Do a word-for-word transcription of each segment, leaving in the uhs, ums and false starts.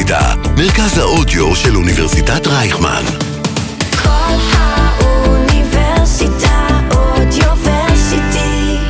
האוניברסיטה, מרכז האודיו של אוניברסיטת רייכמן. כל האוניברסיטה אודיוורסיטי.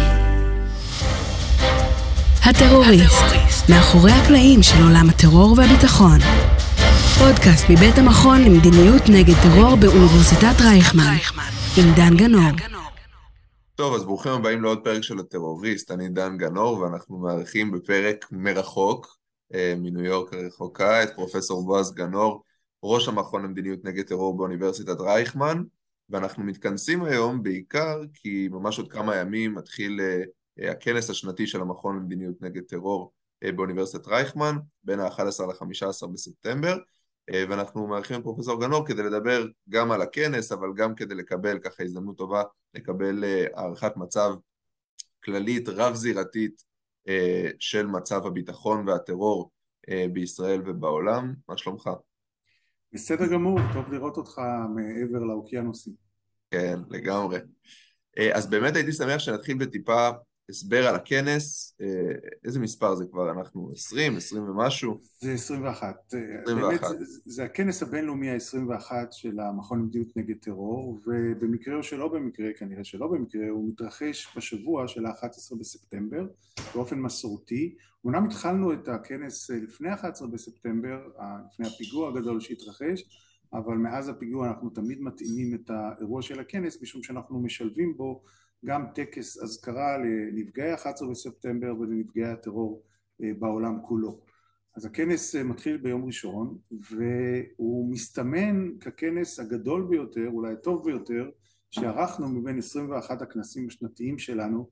הטרוריסט, מאחורי הקלעים של עולם הטרור והביטחון. פודקאסט מבית המכון למדיניות נגד טרור באוניברסיטת רייכמן, עם דן גנור. טוב, אז ברוכים הבאים לעוד פרק של הטרוריסט. אני דן גנור, ואנחנו מארחים בפרק מרחוק, מניו יורק הרחוקה, את פרופסור בועז גנור, ראש המכון למדיניות נגד טרור באוניברסיטת רייכמן, ואנחנו מתכנסים היום בעיקר כי ממש עוד כמה ימים מתחיל הכנס השנתי של המכון למדיניות נגד טרור באוניברסיטת רייכמן, בין ה-אחד עשר ל-חמישה עשר בספטמבר, ואנחנו מארחים את פרופסור גנור כדי לדבר גם על הכנס, אבל גם כדי לקבל ככה הזדמנות טובה, לקבל הערכת מצב כללית, רב-זירתית, של מצב הביטחון והטרור בישראל ובעולם. מה שלומך? בסדר גמור, טוב לראות אותך מעבר לאוקיינוסים. כן, לגמרי. אז באמת הייתי שמח שנתחיל בטיפה הסבר על הכנס. איזה מספר זה כבר? אנחנו עשרים, עשרים ומשהו? זה עשרים ואחת. עשרים ואחת. באמת, זה הכנס הבינלאומי ה-עשרים ואחת של המכון למדיניות נגד טרור, ובמקרה או שלא במקרה, כנראה שלא במקרה, הוא מתרחש בשבוע של ה-אחד עשר בספטמבר, באופן מסורתי. אומנם התחלנו את הכנס לפני ה-אחד עשר בספטמבר, לפני הפיגוע הגדול שהתרחש, אבל מאז הפיגוע אנחנו תמיד מתאימים את האירוע של הכנס, משום שאנחנו משלבים בו גם טקס אזכרה לנפגעי ה-אחד עשר בספטמבר ולנפגעי הטרור בעולם כולו. אז הכנס מתחיל ביום ראשון, והוא מסתמן ככנס הגדול ביותר, אולי הטוב ביותר, שערכנו מבין עשרים ואחת הכנסים השנתיים שלנו,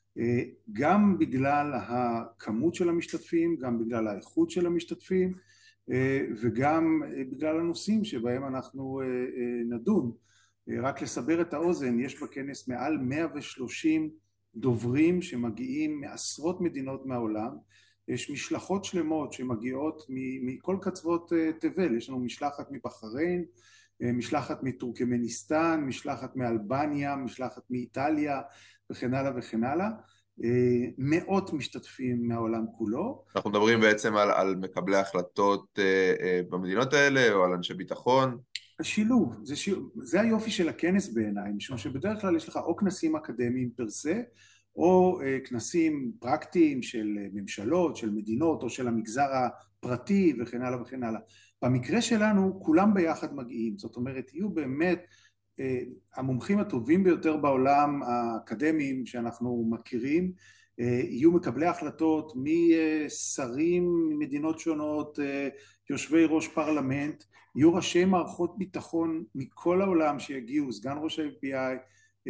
גם בגלל הכמות של המשתתפים, גם בגלל האיכות של המשתתפים, וגם בגלל הנושאים שבהם אנחנו נדון. רק לסבר את האוזן, יש בכנס מעל מאה ושלושים דוברים שמגיעים מעשרות מדינות מהעולם, יש משלחות שלמות שמגיעות מכל קצוות תבל, יש לנו משלחת מבחריין, משלחת מטורקמניסטן, משלחת מאלבניה, משלחת מאיטליה וכן הלאה וכן הלאה, מאות משתתפים מהעולם כולו. אנחנו מדברים בעצם על, על מקבלי החלטות במדינות האלה או על אנשי ביטחון? השילוב, זה, שילוב, זה היופי של הכנס בעיניי, משום שבדרך כלל יש לך או כנסים אקדמיים פרסה, או כנסים פרקטיים של ממשלות, של מדינות, או של המגזר הפרטי וכן הלאה וכן הלאה. במקרה שלנו כולם ביחד מגיעים, זאת אומרת יהיו באמת המומחים הטובים ביותר בעולם האקדמיים שאנחנו מכירים, יהיו מקבלי החלטות משרים ממדינות שונות, יושבי ראש פרלמנט, יהיו ראשי מערכות ביטחון מכל העולם שיגיעו, סגן ראש ה-אף בי איי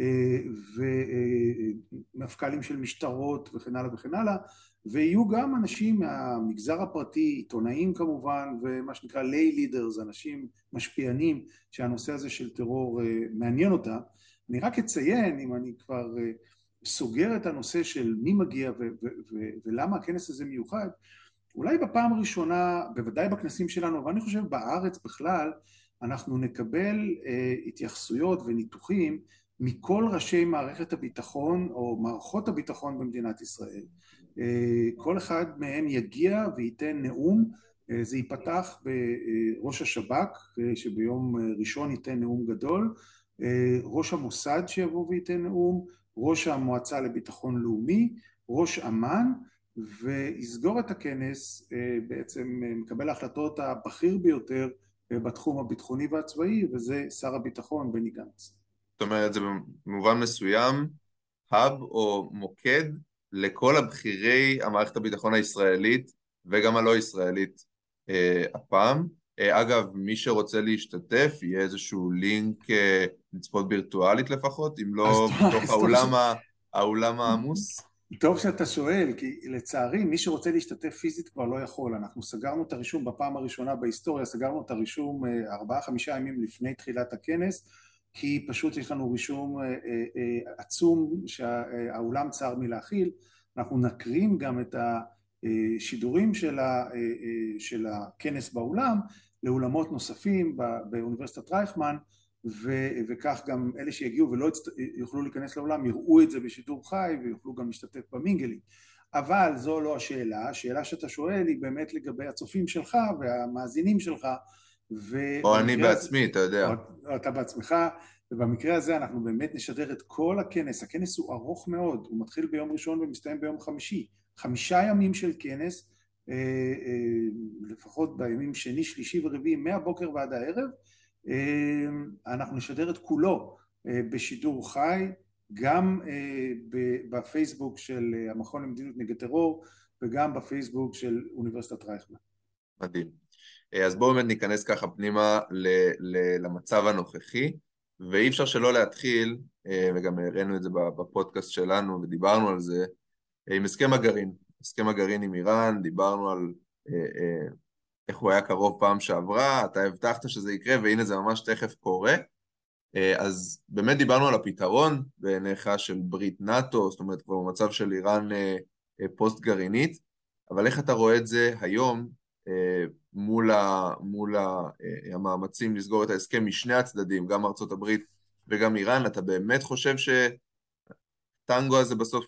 ומפכ"לים של משטרות וכן הלאה וכן הלאה, ויהיו גם אנשים מהמגזר הפרטי, עיתונאים כמובן, ומה שנקרא lay leaders, אנשים משפיענים שהנושא הזה של טרור מעניין אותם. אני רק אציין, אם אני כבר סוגר את הנושא של מי מגיע ו- ו- ו- ולמה הכנס הזה מיוחד, אולי בפעם הראשונה, בוודאי בכנסים שלנו, אבל אני חושב בארץ בכלל, אנחנו נקבל אה, התייחסויות וניתוחים מכל ראשי מערכת הביטחון או מערכות הביטחון במדינת ישראל. אה, כל אחד מהם יגיע וייתן נאום, אה, זה ייפתח בראש השב"כ, אה, שביום ראשון ייתן נאום גדול, אה, ראש המוסד שיבוא וייתן נאום, ראש המועצה לביטחון לאומי, ראש אמ"ן, ויסגור את הכנס בעצם מקבל ההחלטות הבכיר ביותר בתחום הביטחוני והצבאי, וזה שר הביטחון בני גנץ. זאת אומרת, זה במובן מסוים hub או מוקד לכל הבכירי המערכת הביטחון הישראלית וגם הלא ישראלית הפעם. אגב, מי שרוצה להשתתף, יהיה איזשהו לינק לצפות וירטואלית לפחות, אם לא בתוך האולם, האולם העמוס? טוב שאתה שואל, כי לצערי מי שרוצה להשתתף פיזית כבר לא יכול. אנחנו סגרנו את הרישום בפעם הראשונה בהיסטוריה, סגרנו את הרישום ארבעה חמישה ימים לפני תחילת הכנס, כי פשוט יש לנו רישום עצום שהאולם צר מלהכיל. אנחנו נקרים גם את השידורים של הכנס באולם לאולמות נוספים באוניברסיטת רייכמן, וכך גם אלה שיגיעו ולא יוכלו להיכנס לעולם יראו את זה בשידור חי ויוכלו גם להשתתף במינגלים. אבל זו לא השאלה, השאלה שאתה שואל היא באמת לגבי הצופים שלך והמאזינים שלך, או אני בעצמי, אתה יודע. או אתה בעצמך, ובמקרה הזה אנחנו באמת נשדר את כל הכנס. הכנס הוא ארוך מאוד, הוא מתחיל ביום ראשון ומסתיים ביום חמישי, חמישה ימים של כנס, לפחות בימים שני, שלישי ורביעי, מהבוקר ועד הערב. אנחנו נשדר את כולו בשידור חי, גם בפייסבוק של המכון למדיניות נגד טרור, וגם בפייסבוק של אוניברסיטת רייכמן. מדהים. אז בואו באמת ניכנס ככה פנימה למצב הנוכחי, ואי אפשר שלא להתחיל, וגם הראינו את זה בפודקאסט שלנו ודיברנו על זה, עם הסכם הגרעין. הסכם הגרעין עם איראן, דיברנו על איך הוא היה קרוב פעם שעברה, אתה הבטחת שזה יקרה, והנה זה ממש תכף קורה. אז באמת דיברנו על הפתרון בעיניך של ברית נאטו, זאת אומרת כבר במצב של איראן פוסט גרעינית, אבל איך אתה רואה את זה היום מול, ה, מול ה, המאמצים לסגור את ההסכם משני הצדדים, גם ארצות הברית וגם איראן? אתה באמת חושב שטנגו הזה בסוף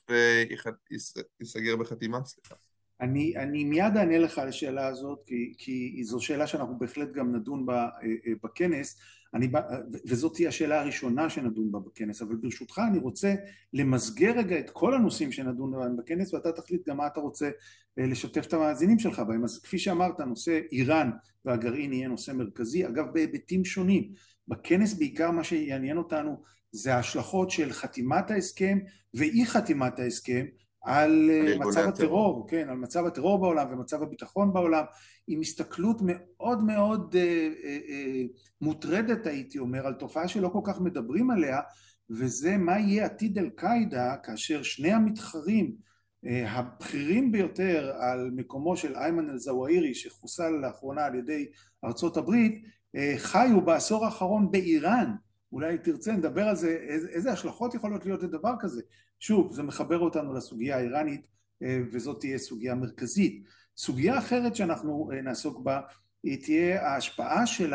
ייסגר בחתימה? סליחה. אני, אני מיד אענה לך על השאלה הזאת, כי, כי זו שאלה שאנחנו בהחלט גם נדון בה בכנס, אני, וזאת תהיה השאלה הראשונה שנדון בה בכנס, אבל ברשותך אני רוצה למסגר רגע את כל הנושאים שנדון בה בכנס, ואתה תחליט גם מה אתה רוצה לשתף את המאזינים שלך בהם. אז כפי שאמרת, נושא איראן והגרעין יהיה נושא מרכזי, אגב בהיבטים שונים. בכנס בעיקר מה שיעניין אותנו זה ההשלכות של חתימת ההסכם ואי חתימת ההסכם, על מצב הטרור, כן, על מצב הטרור בעולם ומצב הביטחון בעולם, עם הסתכלות מאוד מאוד אה, אה, אה, מוטרדת, הייתי אומר, על תופעה שלא כל כך מדברים עליה, וזה מה יהיה עתיד אל-קאעידה כאשר שני המתחרים אה, הבכירים ביותר על מקומו של איימן אל-זוואירי, שחוסל לאחרונה על ידי ארצות הברית, אה, חיו בעשור האחרון באיראן. אולי תרצה נדבר על זה, איזה, איזה השלכות יכולות להיות לדבר כזה. שוב, זה מחבר אותנו לסוגיה האיראנית, וזאת תהיה סוגיה מרכזית. סוגיה אחרת שאנחנו נעסוק בה, היא תהיה ההשפעה של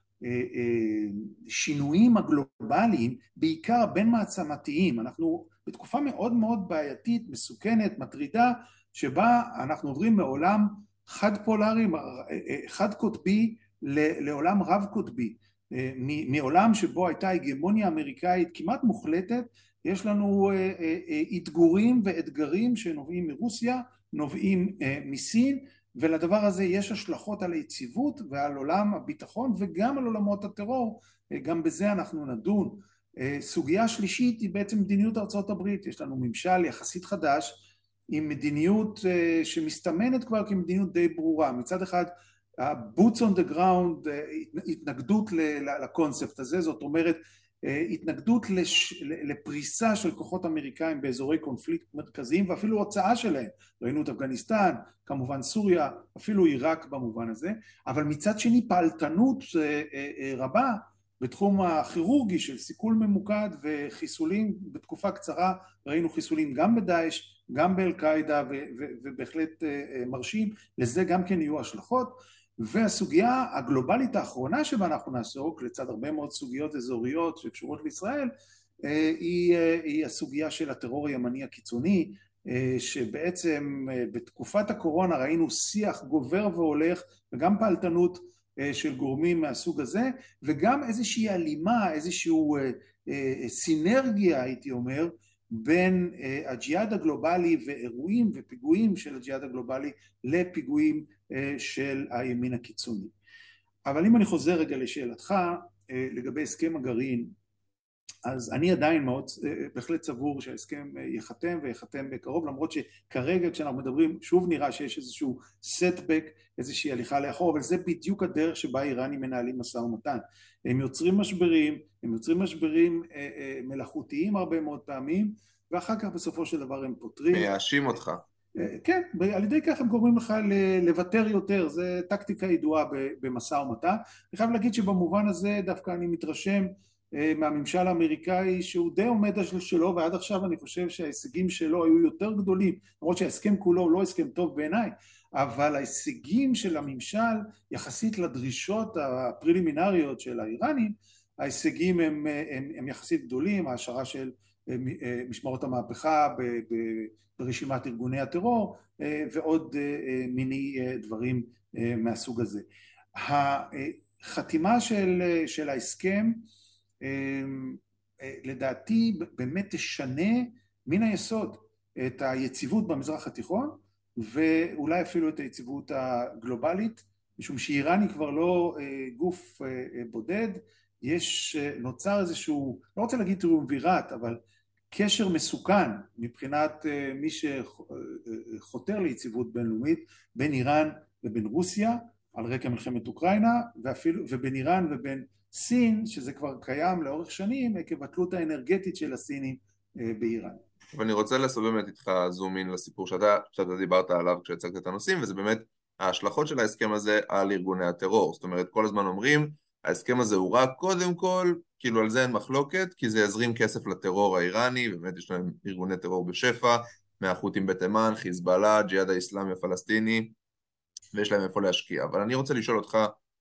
השינויים הגלובליים, בעיקר בין מעצמתיים. אנחנו בתקופה מאוד מאוד בעייתית, מסוכנת, מטרידה, שבה אנחנו עוברים מעולם חד פולרי, חד קוטבי, לעולם רב קוטבי. מעולם שבו הייתה הגמוניה אמריקאית כמעט מוחלטת, יש לנו אתגורים ואתגרים שנובעים מרוסיה, נובעים מסין, ולדבר הזה יש השלכות על היציבות ועל עולם הביטחון וגם על עולמות הטרור, גם בזה אנחנו נדון. סוגיה שלישית היא בעצם מדיניות ארצות הברית. יש לנו ממשל יחסית חדש עם מדיניות שמסתמנת כבר כמדיניות די ברורה. מצד אחד ה-boots on the ground, התנגדות לקונספט הזה, זאת אומרת התנגדות לש... לפריסה של כוחות אמריקאים באזורי קונפליקט מרכזיים ואפילו הוצאה שלהם. ראינו את אפגניסטן, כמובן סוריה, אפילו עיראק במובן הזה, אבל מצד שני פעלתנות רבה בתחום הכירורגי של סיכול ממוקד וחיסולים בתקופה קצרה. ראינו חיסולים גם בדאעש, גם באל-קאעידה, ו... ו... ובהחלט מרשים. לזה גם כן יהיו השלכות. והסוגיה הגלובלית האחרונה שבה אנחנו נעסוק, לצד הרבה מאוד סוגיות אזוריות שקשורות לישראל, היא, היא הסוגיה של הטרור הימני הקיצוני, שבעצם בתקופת הקורונה ראינו שיח גובר והולך, וגם פעלתנות של גורמים מהסוג הזה, וגם איזושהי הלימה, איזושהי סינרגיה, הייתי אומר, בין הג'יהאד הגלובלי ואירועים ופיגועים של הג'יהאד הגלובלי לפיגועים של הימין הקיצוני. אבל אם אני חוזר רגע לשאלתך לגבי הסכם הגרעין, אז אני עדיין מאוד בהחלט סבור שההסכם יחתם ויחתם בקרוב, למרות שכרגע כשאנחנו מדברים שוב נראה שיש איזשהו סטבק, איזושהי הליכה לאחור, אבל זה בדיוק הדרך שבה איראנים מנהלים משא ומתן. הם יוצרים משברים, הם יוצרים משברים מלאכותיים הרבה מאוד פעמים, ואחר כך בסופו של דבר הם פותרים. מייאשים אותך. כן, על ידי כך הם גורמים לך לוותר יותר, זה טקטיקה ידועה במשא ומתן. אני חייב להגיד שבמובן הזה דווקא אני מתרשם מהממשל האמריקאי שהוא די עומד על שלו, ועד עכשיו אני חושב שההישגים שלו היו יותר גדולים, למרות שההסכם כולו הוא לא הסכם טוב בעיניי, אבל ההישגים של הממשל יחסית לדרישות הפרילימינריות של האיראנים, ההישגים הם, הם, הם יחסית גדולים, ההשארה של משמרות המהפכה ברשימת ארגוני הטרור ועוד מיני דברים מהסוג הזה. החתימה של, של ההסכם לדעתי באמת תשנה מן היסוד את היציבות במזרח התיכון ואולי אפילו את היציבות הגלובלית, משום שאיראן היא כבר לא גוף בודד, יש, נוצר איזשהו, לא רוצה להגיד טריומווירט, אבל קשר מסוכן מבחינת מי שחותר ליציבות בינלאומית בין איראן ובין רוסיה על רקע מלחמת אוקראינה, ואפילו, ובין איראן ובין סין, שזה כבר קיים לאורך שנים עקב התלות האנרגטית של הסינים באיראן. ואני רוצה לעשות באמת איתך זום אין לסיפור שאתה, שאתה דיברת עליו כשהצגת את הנושאים, וזה באמת ההשלכות של ההסכם הזה על ארגוני הטרור. זאת אומרת, כל הזמן אומרים, ההסכם הזה הוא רק קודם כל, כאילו על זה אין מחלוקת, כי זה יזרים כסף לטרור האיראני, באמת יש להם ארגוני טרור בשפע, מהחות'ים בתימן, חיזבאללה, ג'יהאד האסלאמי הפלסטיני, ויש להם איפה להשקיע. אבל אני רוצה לשאול אותך,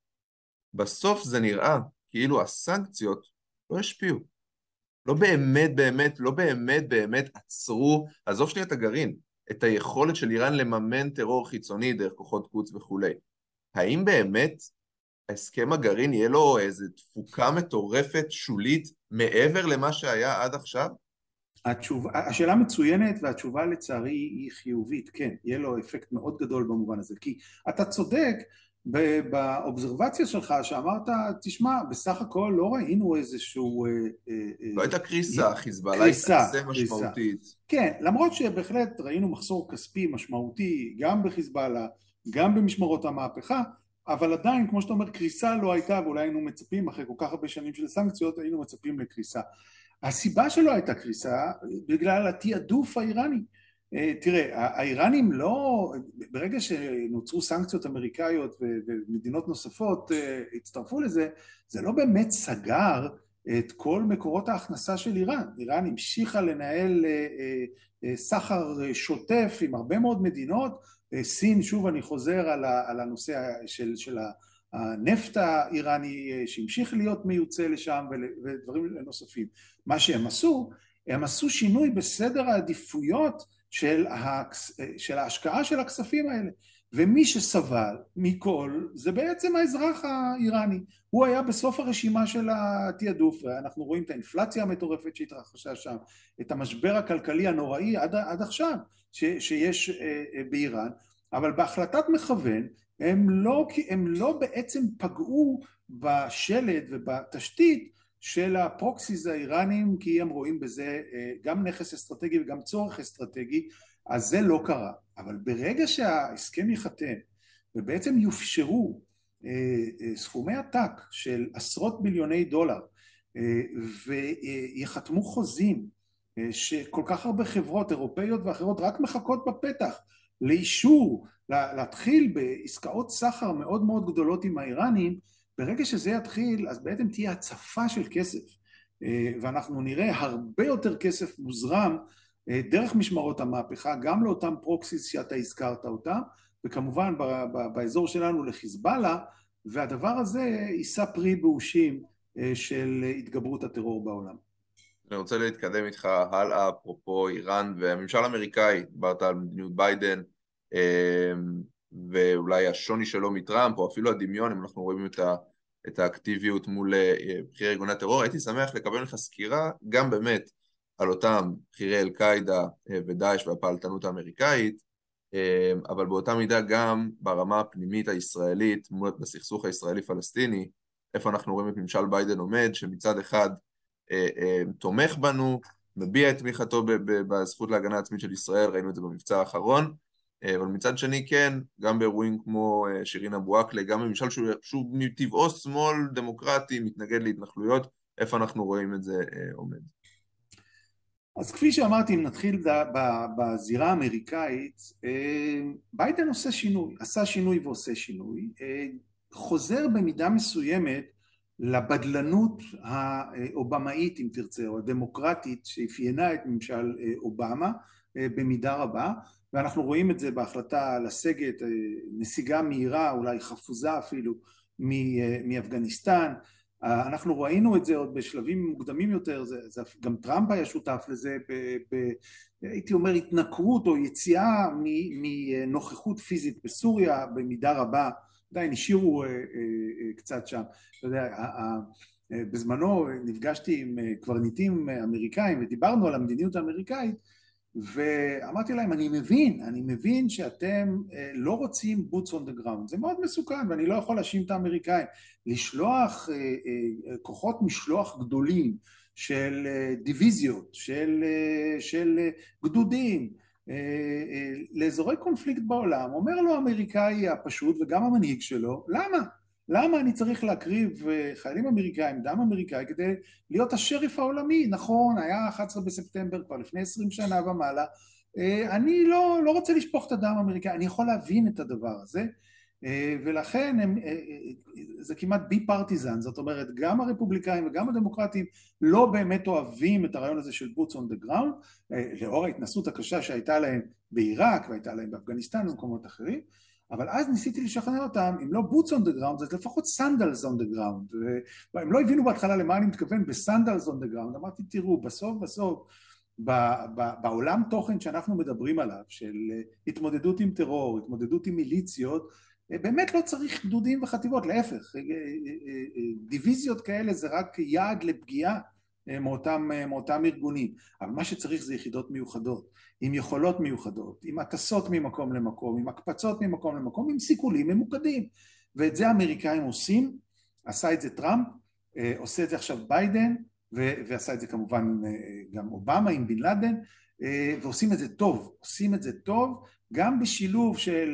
בסוף זה נראה כאילו הסנקציות לא השפיעו. לא באמת, באמת, לא באמת, באמת עצרו, עזוב שנייה את הגרעין, את היכולת של איראן לממן טרור חיצוני דרך כוחות קוץ וכולי. האם באמת ההסכם הגרעין יהיה לו איזו תפוקה מטורפת, שולית, מעבר למה שהיה עד עכשיו? התשובה, השאלה מצוינת והתשובה לצערי היא חיובית, כן, יהיה לו אפקט מאוד גדול במובן הזה, כי אתה צודק באובזרבציה שלך שאמרת, תשמע, בסך הכל לא ראינו איזשהו... לא הייתה קריסה, חיזבאללה הייתה משמעותית. כן, למרות שבהחלט ראינו מחסור כספי משמעותי, גם בחיזבאללה, גם במשמרות המהפכה, אבל עדיין, כמו שאתה אומר, קריסה לא הייתה, ואולי היינו מצפים, אחרי כל כך הרבה שנים של סנקציות, היינו מצפים לקריסה. הסיבה שלא הייתה קריסה, בגלל התיעדוף האיראני. תראה, האיראנים לא, ברגע שנוצרו סנקציות אמריקאיות ומדינות נוספות הצטרפו לזה, זה לא באמת סגר את כל מקורות ההכנסה של איראן. איראן המשיכה לנהל סחר שוטף עם הרבה מאוד מדינות, סין, שוב אני חוזר על הנושא של, של הנפט האיראני שהמשיך להיות מיוצא לשם ודברים נוספים. מה שהם עשו, הם עשו שינוי בסדר העדיפויות של, ההקס... של ההשקעה של הכספים האלה, ומי שסבל מכל זה בעצם האזרח האיראני, הוא היה בסוף הרשימה של התיעדוף, ואנחנו רואים את האינפלציה המטורפת שהתרחשה שם, את המשבר הכלכלי הנוראי עד, עד עכשיו ש... שיש באיראן, אבל בהחלטת מכוון הם לא, הם לא בעצם פגעו בשלד ובתשתית של הפרוקסיס האיראנים, כי הם רואים בזה גם נכס אסטרטגי וגם צורך אסטרטגי, אז זה לא קרה. אבל ברגע שההסכם ייחתם, ובעצם יופשרו סכומי עתק של עשרות מיליוני דולר, ויחתמו חוזים שכל כך הרבה חברות אירופאיות ואחרות רק מחכות בפתח לאישור, להתחיל בעסקאות סחר מאוד מאוד גדולות עם האיראנים, ברגע שזה יתחיל, אז בעצם תהיה הצפה של כסף, ואנחנו נראה הרבה יותר כסף מוזרם דרך משמרות המהפכה, גם לאותם פרוקסיס שאתה הזכרת אותם, וכמובן באזור שלנו לחיזבאללה, והדבר הזה יישא פרי באושים של התגברות הטרור בעולם. אני רוצה להתקדם איתך הלאה, אפרופו איראן והממשל האמריקאי, דיברת על מדיניות ביידן, ואולי השוני שלו מטראמפ, או אפילו הדמיון, אם אנחנו רואים את, ה, את האקטיביות מול בחירי ארגוני הטרור, הייתי שמח לקבל לך סקירה, גם באמת על אותם בחירי אל-קאידה ודאעש והפעלתנות האמריקאית, אבל באותה מידה גם ברמה הפנימית הישראלית, בסכסוך הישראלי-פלסטיני, איפה אנחנו רואים את ממשל ביידן עומד, שמצד אחד תומך בנו, מביע את תמיכתו בזכות להגנה עצמית של ישראל, ראינו את זה במבצע האחרון, אבל מצד שני כן, גם באירועים כמו שירין אבו עאקלה, גם בממשל שהוא, שהוא מטבעו שמאל דמוקרטי, מתנגד להתנחלויות, איפה אנחנו רואים את זה עומד? אז כפי שאמרתי, אם נתחיל בזירה האמריקאית, ביידן עושה שינוי, עשה שינוי ועושה שינוי, חוזר במידה מסוימת לבדלנות האובמאית, אם תרצה, או הדמוקרטית, שאפיינה את ממשל אובמה במידה רבה, ואנחנו רואים את זה בהחלטה לסגת, נסיגה מהירה, אולי חפוזה אפילו, מאפגניסטן, אנחנו ראינו את זה עוד בשלבים מוקדמים יותר, זה, זה, גם טראמפ היה שותף לזה, ב, ב, הייתי אומר התנכרות או יציאה מנוכחות פיזית בסוריה במידה רבה, עדיין השאירו קצת שם, אתה יודע, בזמנו נפגשתי עם קברניטים אמריקאים ודיברנו על המדיניות האמריקאית, ואמרתי להם, אני מבין, אני מבין שאתם לא רוצים boots on the ground, זה מאוד מסוכן ואני לא יכול להאשים את האמריקאים, לשלוח כוחות משלוח גדולים של דיוויזיות, של, של גדודים, לאזורי קונפליקט בעולם, אומר לו האמריקאי הפשוט וגם המנהיג שלו, למה? למה אני צריך להקריב חיילים אמריקאים, דם אמריקאי, כדי להיות השריף העולמי? נכון, היה אחת עשרה בספטמבר כבר לפני עשרים שנה ומעלה, אני לא, לא רוצה לשפוך את הדם האמריקאי, אני יכול להבין את הדבר הזה, ולכן הם, זה כמעט בי פרטיזן, זאת אומרת גם הרפובליקאים וגם הדמוקרטים לא באמת אוהבים את הרעיון הזה של boots on the ground, לאור ההתנסות הקשה שהייתה להם בעיראק והייתה להם באפגניסטן ומקומות אחרים, אבל אז ניסיתי לשכנע אותם, אם לא boots on the ground, אז לפחות sandals on the ground, והם לא הבינו בהתחלה למה אני מתכוון ב-sandals on the ground, אמרתי תראו, בסוף בסוף, בעולם תוכן שאנחנו מדברים עליו, של התמודדות עם טרור, התמודדות עם מיליציות, באמת לא צריך גדודים וחטיבות, להפך, דיוויזיות כאלה זה רק יעד לפגיעה מאותם, מאותם ארגונים, אבל מה שצריך זה יחידות מיוחדות, עם יכולות מיוחדות, עם הטסות ממקום למקום, עם הקפצות ממקום למקום, עם סיכולים ממוקדים, ואת זה האמריקאים עושים, עשה את זה טראמפ, עושה את זה עכשיו ביידן, ועשה את זה כמובן גם אובמה עם בן לאדן, ועושים את זה טוב, עושים את זה טוב, גם בשילוב של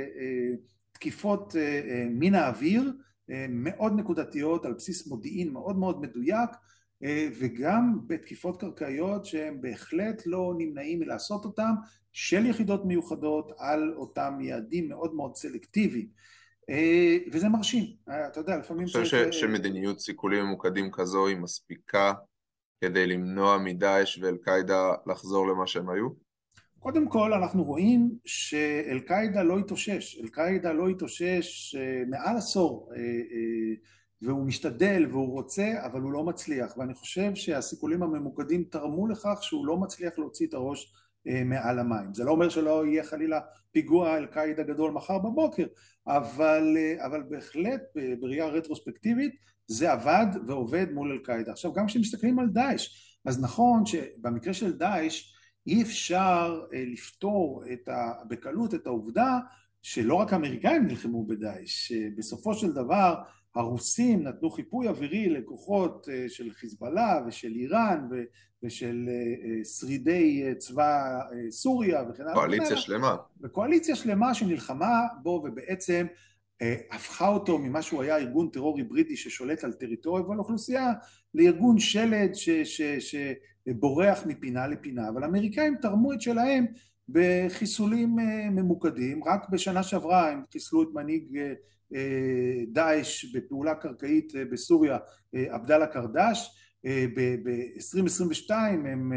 תקיפות מן האוויר, מאוד נקודתיות על בסיס מודיעין מאוד מאוד מדויק, וגם בתקיפות קרקעיות שהם בהחלט לא נמנעים מלעשות אותם, של יחידות מיוחדות על אותם יעדים מאוד מאוד סלקטיביים, וזה מרשים, אתה יודע, לפעמים... אני חושב שמדיניות סיכולים ממוקדים כזו היא מספיקה כדי למנוע מדאעש ואל-קאעידה לחזור למה שהם היו? קודם כל אנחנו רואים שאל-קאעידה לא התאושש, אל-קאעידה לא התאושש מעל עשור, והוא משתדל והוא רוצה, אבל הוא לא מצליח, ואני חושב שהסיכולים הממוקדים תרמו לכך שהוא לא מצליח להוציא את הראש מעל המים. זה לא אומר שלא יהיה חלילה פיגוע אל-קאעידה גדול מחר בבוקר, אבל, אבל בהחלט בראייה רטרוספקטיבית זה עבד ועובד מול אל-קאעידה. עכשיו גם כשמסתכלים על דאעש, אז נכון שבמקרה של דאעש אי אפשר לפתור את ה, בקלות את העובדה שלא רק האמריקאים נלחמו בדאעש, בסופו של דבר הרוסים נתנו חיפוי אווירי לכוחות של חיזבאללה ושל איראן ושל שרידי צבא סוריה וכן הלאה. קואליציה שלמה. וקואליציה שלמה שנלחמה בו ובעצם הפכה אותו ממה שהוא היה ארגון טרור היברידי ששולט על טריטוריה ועל אוכלוסייה לארגון שלד שבורח מפינה לפינה, אבל האמריקאים תרמו את שלהם בחיסולים ממוקדים. רק בשנה שעברה הם חיסלו את מנהיג דאעש בפעולה קרקעית בסוריה, עבדאללה קרדש. ב-עשרים עשרים ושתיים הם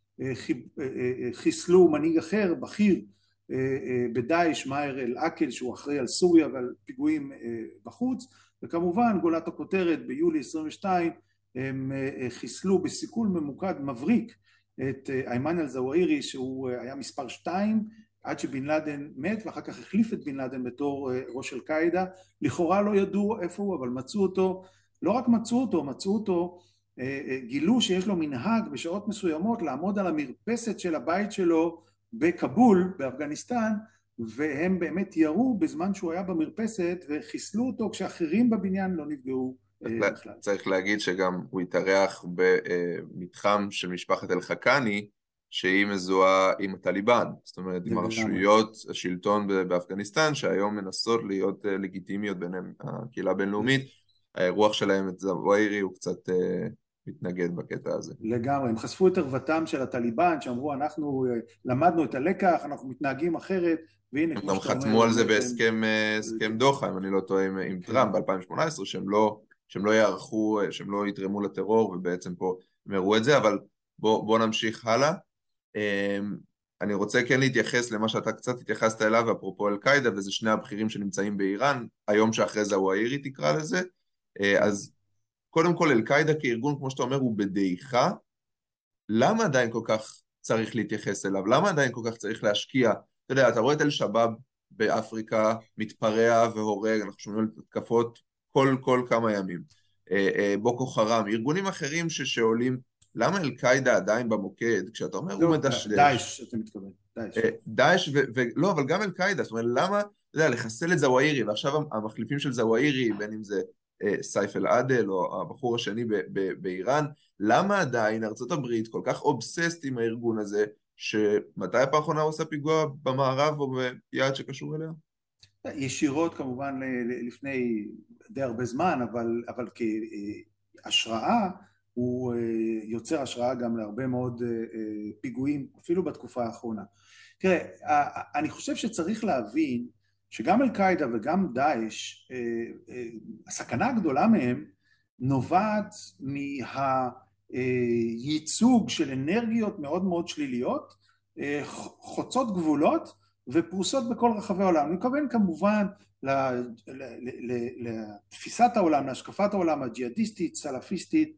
חיסלו מנהיג אחר בכיר בדאעש, מאהר אל-עקל, שהוא אחראי על סוריה ועל פיגועים בחוץ, וכמובן גולת הכותרת ביולי עשרים ושתיים הם חיסלו בסיכול ממוקד מבריק את איימן אל-זוואירי שהוא היה מספר שתיים עד שבן לאדן מת, ואחר כך החליף את בן לאדן בתור ראש אל-קאעידה. לכאורה לא ידעו איפה הוא, אבל מצאו אותו, לא רק מצאו אותו, מצאו אותו, גילו שיש לו מנהג בשעות מסוימות לעמוד על המרפסת של הבית שלו בקבול, באפגניסטן, והם באמת ירו בזמן שהוא היה במרפסת וחיסלו אותו כשאחרים בבניין לא נפגעו בכלל. צריך להגיד שגם הוא התארח במתחם של משפחת אל-חקני, שהיא מזוהה עם הטליבן, זאת אומרת עם הרשויות השלטון באפגניסטן, שהיום מנסות להיות לגיטימיות ביניהם הקהילה הבינלאומית. האירוח שלהם את זוואירי הוא קצת מתנגד בקטע הזה. לגמרי, הם חשפו את ערוותם של הטליבן, שאמרו אנחנו למדנו את הלקח, אנחנו מתנהגים אחרת, והנה... הם גם חתמו על זה בהסכם דוחה, אם אני לא טועה עם טראמפ ב-אלפיים שמונה עשרה, שהם לא יערכו, שהם לא יתרמו לטרור, ובעצם פה הם הראו את זה, אבל בואו נמשיך הלאה. אני רוצה כן להתייחס למה שאתה קצת התייחסת אליו, אפרופו אל-קאעידה, וזה שני הבכירים שנמצאים באיראן, היום שאחרי זוואירי תקרא לזה, אז קודם כל, אל-קאעידה כארגון, כמו שאתה אומר, הוא בדעיכה. למה עדיין כל כך צריך להתייחס אליו? למה עדיין כל כך צריך להשקיע? אתה יודע, אתה רואה את אל-שבאב באפריקה, מתפרע והורג, אנחנו שומעים על התקפות כל, כל כמה ימים. בוקו חרם, ארגונים אחרים ש- שעולים, למה אל-קאעידה עדיין במוקד? כשאתה אומר, הוא לא, מדשדש. דאעש, אתה מתכוון, דאעש. דאעש, ו- ו- לא, אבל גם אל-קאעידה, זאת אומרת, למה, אתה יודע, לחסל את זוואירי, ועכשיו המחליפים של זוואירי, בין אם זה אה, סייף אל-עדל, או הבחור השני ב- ב- באיראן, למה עדיין ארצות הברית כל כך אובססט עם הארגון הזה, שמתי הפעם האחרונה הוא עושה פיגוע במערב או ביעד שקשור אליה? ישירות כמובן ל- ל- לפני די הרבה זמן, אבל, אבל כהשראה הוא אה, יוצר השראה גם להרבה מאוד אה, אה, פיגועים, אפילו בתקופה האחרונה. תראה, ה- ה- אני חושב שצריך להבין שגם אל-קאעידה וגם דאעש, אה, אה, הסכנה הגדולה מהם נובעת מהייצוג של אנרגיות מאוד מאוד שליליות, אה, חוצות גבולות ופרוסות בכל רחבי העולם. אני מתכוון כמובן לתפיסת העולם, להשקפת העולם הג'יהאדיסטית, סלאפיסטית,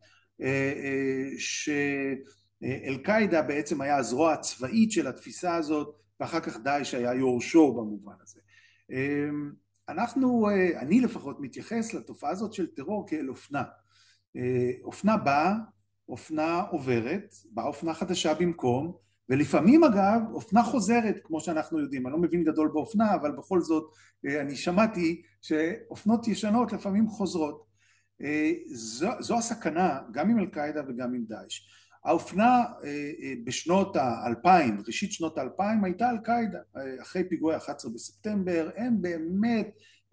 שאל-קאעידה בעצם היה הזרוע הצבאית של התפיסה הזאת, ואחר כך דאעש היה יורשו במובן הזה. אנחנו, אני לפחות מתייחס לתופעה הזאת של טרור כאל אופנה. אופנה באה, אופנה עוברת, באה אופנה חדשה במקום, ולפעמים אגב אופנה חוזרת, כמו שאנחנו יודעים. אני לא מבין גדול באופנה, אבל בכל זאת אני שמעתי שאופנות ישנות לפעמים חוזרות. זו, זו הסכנה גם עם אל-קאעידה וגם עם דאעש. האופנה בשנות האלפיים, ראשית שנות האלפיים, הייתה אל-קאעידה. אחרי פיגועי אחד עשר בספטמבר, הם באמת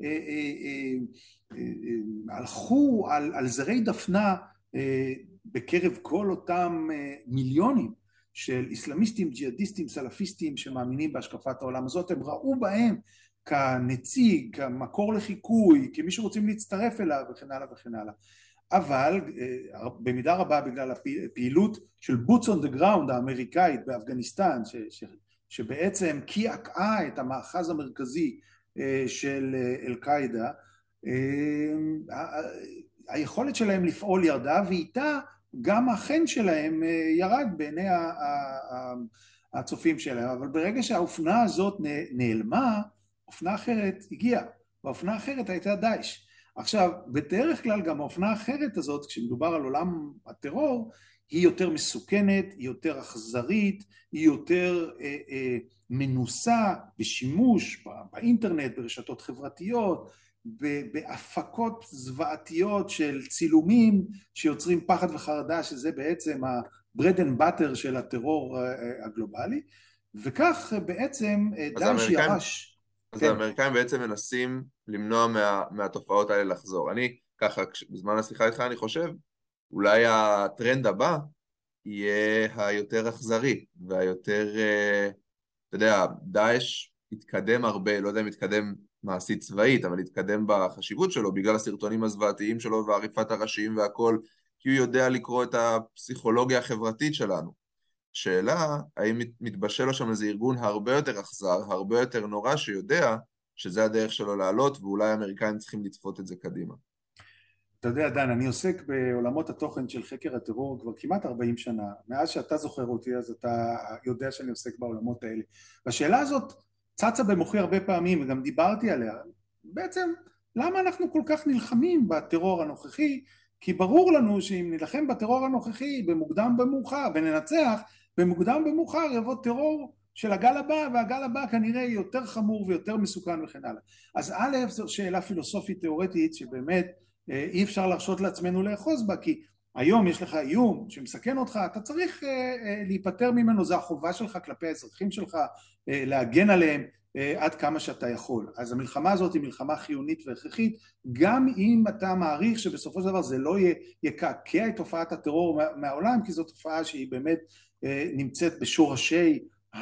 הלכו על, על זרי דפנה בקרב כל אותם מיליונים של איסלאמיסטים, ג'יהאדיסטים, סלאפיסטים שמאמינים בהשקפת העולם הזאת. הם ראו בהם כנציג, כמקור לחיקוי, כמי שרוצים להצטרף אליו וכן הלאה וכן הלאה. אבל במידה רבה בגלל הפעילות של boots on the ground האמריקאית באפגניסטן, ש, ש, שבעצם קעקעה את המאחז המרכזי של אל-קאעידה, היכולת שלהם לפעול ירדה, ואיתה גם החן שלהם ירד בעיני הצופים שלהם. אבל ברגע שהאופנה הזאת נעלמה, אופנה אחרת הגיעה, והאופנה אחרת הייתה דאעש. עכשיו, בדרך כלל גם האופנה האחרת הזאת, כשמדובר על עולם הטרור, היא יותר מסוכנת, היא יותר אכזרית, היא יותר אה, אה, מנוסה בשימוש באינטרנט, ברשתות חברתיות, בהפקות זוועתיות של צילומים שיוצרים פחד וחרדה, שזה בעצם ה-bread and butter של הטרור הגלובלי, וכך בעצם דאעש ירש. אז כן. האמריקאים בעצם מנסים למנוע מה, מהתופעות האלה לחזור. אני, ככה, בזמן השיחה איתך אני חושב, אולי הטרנד הבא יהיה היותר אכזרי, והיותר, אתה יודע, דאעש התקדם הרבה, לא יודע אם התקדם מעשית צבאית, אבל התקדם בחשיבות שלו, בגלל הסרטונים הזוועתיים שלו ועריפת הראשיים והכל, כי הוא יודע לקרוא את הפסיכולוגיה החברתית שלנו. שאלה, האם מתבשל לו שם איזה ארגון הרבה יותר אכזר, הרבה יותר נורא, שיודע שזה הדרך שלו לעלות, ואולי האמריקאים צריכים לצפות את זה קדימה. אתה יודע, דן, אני עוסק בעולמות התוכן של חקר הטרור כבר כמעט ארבעים שנה. מאז שאתה זוכר אותי, אז אתה יודע שאני עוסק בעולמות האלה. והשאלה הזאת צצה במוחי הרבה פעמים, וגם דיברתי עליה. בעצם, למה אנחנו כל כך נלחמים בטרור הנוכחי? כי ברור לנו שאם נלחם בטרור הנוכחי במוקדם במאוחר, וננצח, במוקדם במאוחר יבוא טרור של הגל הבא, והגל הבא כנראה יותר חמור ויותר מסוכן וכן הלאה. אז א', זו שאלה פילוסופית תיאורטית שבאמת אי אפשר להרשות לעצמנו לאחוז בה, כי היום יש לך איום שמסכן אותך, אתה צריך להיפטר ממנו, זה החובה שלך כלפי האזרחים שלך, להגן עליהם עד כמה שאתה יכול. אז המלחמה הזאת היא מלחמה חיונית והכרחית, גם אם אתה מעריך שבסופו של דבר זה לא יקעקע את תופעת הטרור מהעולם, כי זו תופעה שהיא באמת נמצאת בשורשי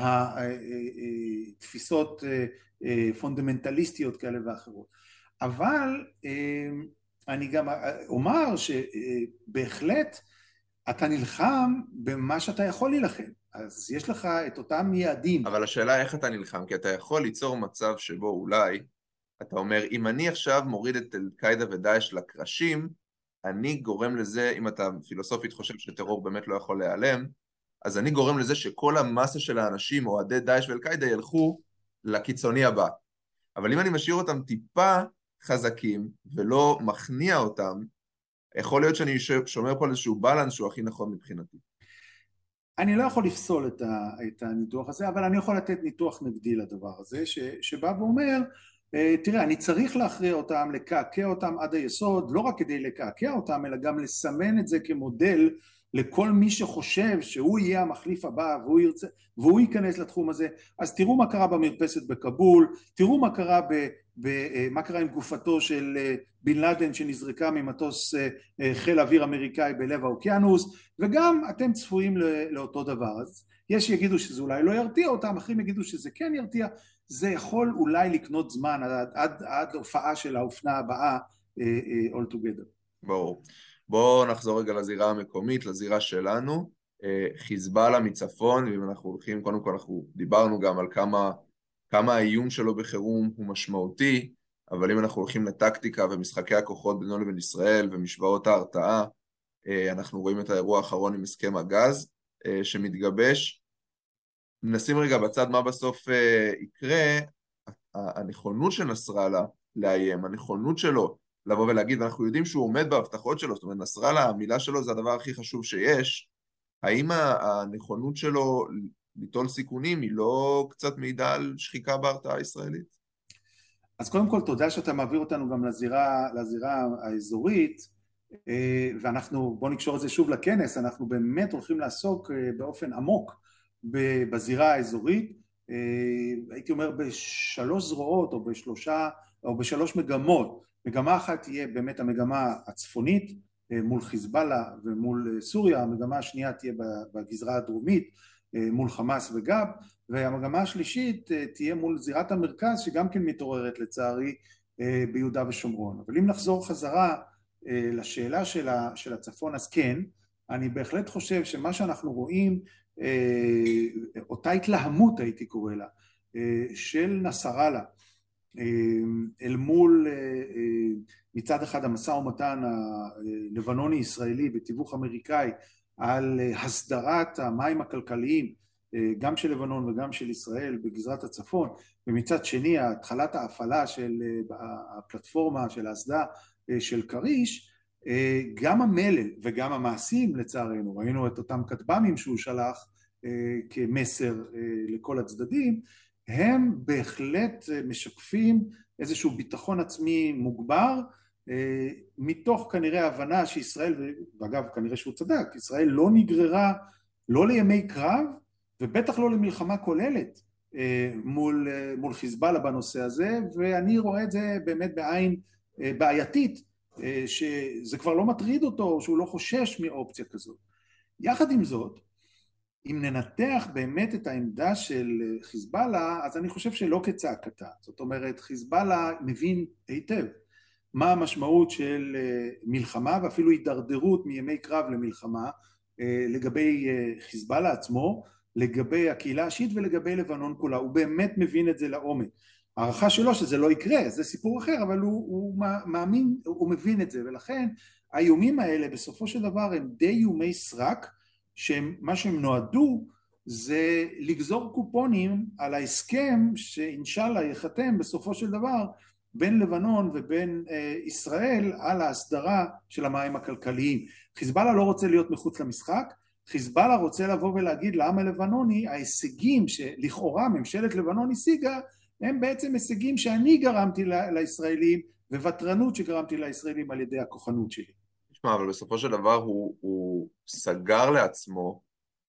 התפיסות פונדמנטליסטיות כאלה ואחרות. אבל אני גם אומר שבהחלט אתה נלחם במה שאתה יכול להילחם, אז יש לך את אותם יעדים. אבל השאלה איך אתה נלחם, כי אתה יכול ליצור מצב שבו אולי, אתה אומר, אם אני עכשיו מוריד את אל-קאעידה ודאעש לקרשים, אני גורם לזה, אם אתה פילוסופית חושב שטרור באמת לא יכול להיעלם, אז אני גורם לזה שכל המסה של האנשים, אוהדי דאעש ואל-קאעידה, ילכו לקיצוני הבא. אבל אם אני משאיר אותם טיפה חזקים, ולא מכניע אותם, יכול להיות שאני שומר פה על איזשהו בלנס שהוא הכי נכון מבחינתי. אני לא יכול לפסול את, ה, את הניתוח הזה, אבל אני יכול לתת ניתוח נגדי לדבר הזה, ש, שבא ואומר, תראה, אני צריך להכריע אותם, לקעקע אותם עד היסוד, לא רק כדי לקעקע אותם, אלא גם לסמן את זה כמודל לכל מי שחושב שהוא יהיה המחליף הבא, והוא ירצה, והוא ייכנס לתחום הזה. אז תראו מה קרה במרפסת בקבול, תראו מה קרה ב... מה קרה עם גופתו של בן לאדן שנזרקה ממטוס חיל אוויר אמריקאי בלב האוקיינוס, וגם אתם צפויים לאותו דבר. אז יש יגידו שזה אולי לא ירתיע אותם, אחרים יגידו שזה כן ירתיע. זה יכול אולי לקנות זמן עד, עד, עד הופעה של האופנה הבאה all together. ברור. בואו נחזור רגע לזירה המקומית, לזירה שלנו. חיזבאללה מצפון, ואם אנחנו הולכים, קודם כל אנחנו דיברנו גם על כמה כמה האיום שלו בחירום הוא משמעותי, אבל אם אנחנו הולכים לטקטיקה ומשחקי הכוחות בינו לבין ישראל ומשוואות ההרתעה, אנחנו רואים את האירוע האחרון עם הסכם הגז שמתגבש. נשים רגע בצד מה בסוף יקרה, הנכונות של נסראללה לאיים, הנכונות שלו לבוא ולהגיד, ואנחנו יודעים שהוא עומד בהבטחות שלו, זאת אומרת נסראללה, המילה שלו זה הדבר הכי חשוב שיש, האם הנכונות שלו ליטול סיכונים היא לא קצת מעידה על שחיקה בהרתעה הישראלית? אז קודם כל תודה שאתה מעביר אותנו גם לזירה, לזירה האזורית, ואנחנו, בוא נקשור את זה שוב לכנס, אנחנו באמת הולכים לעסוק באופן עמוק בזירה האזורית, הייתי אומר בשלוש זרועות או בשלושה או בשלוש מגמות. מגמה אחת תהיה באמת המגמה הצפונית מול חיזבאללה ומול סוריה, המגמה השנייה תהיה בגזרה הדרומית מול חמאס וגב, והמגמה השלישית תהיה מול זירת המרכז שגם כן מתעוררת לצערי ביהודה ושומרון. אבל אם נחזור חזרה לשאלה של הצפון, אז כן, אני בהחלט חושב שמה שאנחנו רואים, אותה התלהמות הייתי קורא לה, של נסראללה, אל מול מצד אחד המשא ומתן הלבנוני-ישראלי בתיווך אמריקאי, על הסדרת המים הכלכליים גם של לבנון וגם של ישראל בגזרת הצפון, ומצד שני התחלת ההפעלה של הפלטפורמה של האסדה של קריש, גם המלל וגם המעשים לצערנו, ראינו את אותם כטב"מים שהוא שלח כמסר לכל הצדדים, הם בהחלט משקפים איזשהו ביטחון עצמי מוגבר, מתוך כנראה הבנה שישראל, ואגב כנראה שהוא צדק, ישראל לא נגררה לא לימי קרב ובטח לא למלחמה כוללת מול, מול חיזבאללה בנושא הזה, ואני רואה את זה באמת בעין בעייתית, שזה כבר לא מטריד אותו, שהוא לא חושש מאופציה כזאת. יחד עם זאת, אם ננתח באמת את העמדה של חיזבאללה, אז אני חושב שלא כצעקתה. זאת אומרת, חיזבאללה מבין היטב מה המשמעות של מלחמה, ואפילו הידרדרות מימי קרב למלחמה, לגבי חיזבאללה עצמו, לגבי הקהילה השיעית ולגבי לבנון כולה. הוא באמת מבין את זה לעומק. הערכה שלו שזה לא יקרה, זה סיפור אחר, אבל הוא, הוא מאמין, הוא מבין את זה, ולכן האיומים האלה בסופו של דבר הם די איומי סרק, שמה שהם נועדו זה לגזור קופונים על ההסכם שאינשאללה יחתם בסופו של דבר בין לבנון ובין ישראל על ההסדרה של המים הכלכליים. חיזבאללה לא רוצה להיות מחוץ למשחק, חיזבאללה רוצה לבוא ולהגיד לעם הלבנוני, ההישגים שלכאורה ממשלת לבנון השיגה, הם בעצם הישגים שאני גרמתי לישראלים, וותרנות שגרמתי לישראלים על ידי הכוחנות שלי. תשמע, אבל בסופו של דבר הוא, הוא סגר לעצמו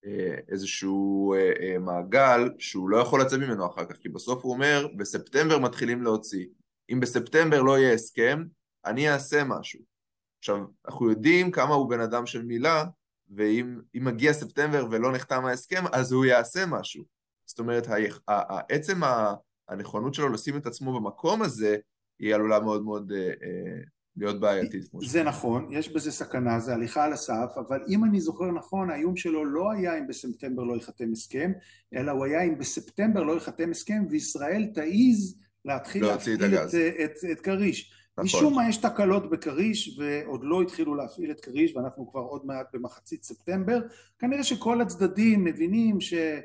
איזשהו מעגל שהוא לא יכול לצאת ממנו אחר כך, כי בסוף הוא אומר, בספטמבר מתחילים להוציא. אם בספטמבר לא יהיה הסכם, אני אעשה משהו. עכשיו, אנחנו יודעים כמה הוא בן אדם של מילה, ואם מגיע ספטמבר ולא נחתם ההסכם, אז הוא יעשה משהו. זאת אומרת, העצם הנכונות שלו לשים את עצמו במקום הזה, היא עלולה מאוד מאוד להיות בעייתית. זה נכון, יש בזה סכנה, זה הליכה על הסף, אבל אם אני זוכר נכון, האיום שלו לא היה אם בספטמבר לא יחתם הסכם, אלא הוא היה אם בספטמבר לא יחתם הסכם, וישראל תעיז להתחיל להפעיל את, את, את קריש. משום מה יש תקלות בקריש ועוד לא התחילו להפעיל את קריש ואנחנו כבר עוד מעט במחצית ספטמבר. כנראה שכל הצדדים מבינים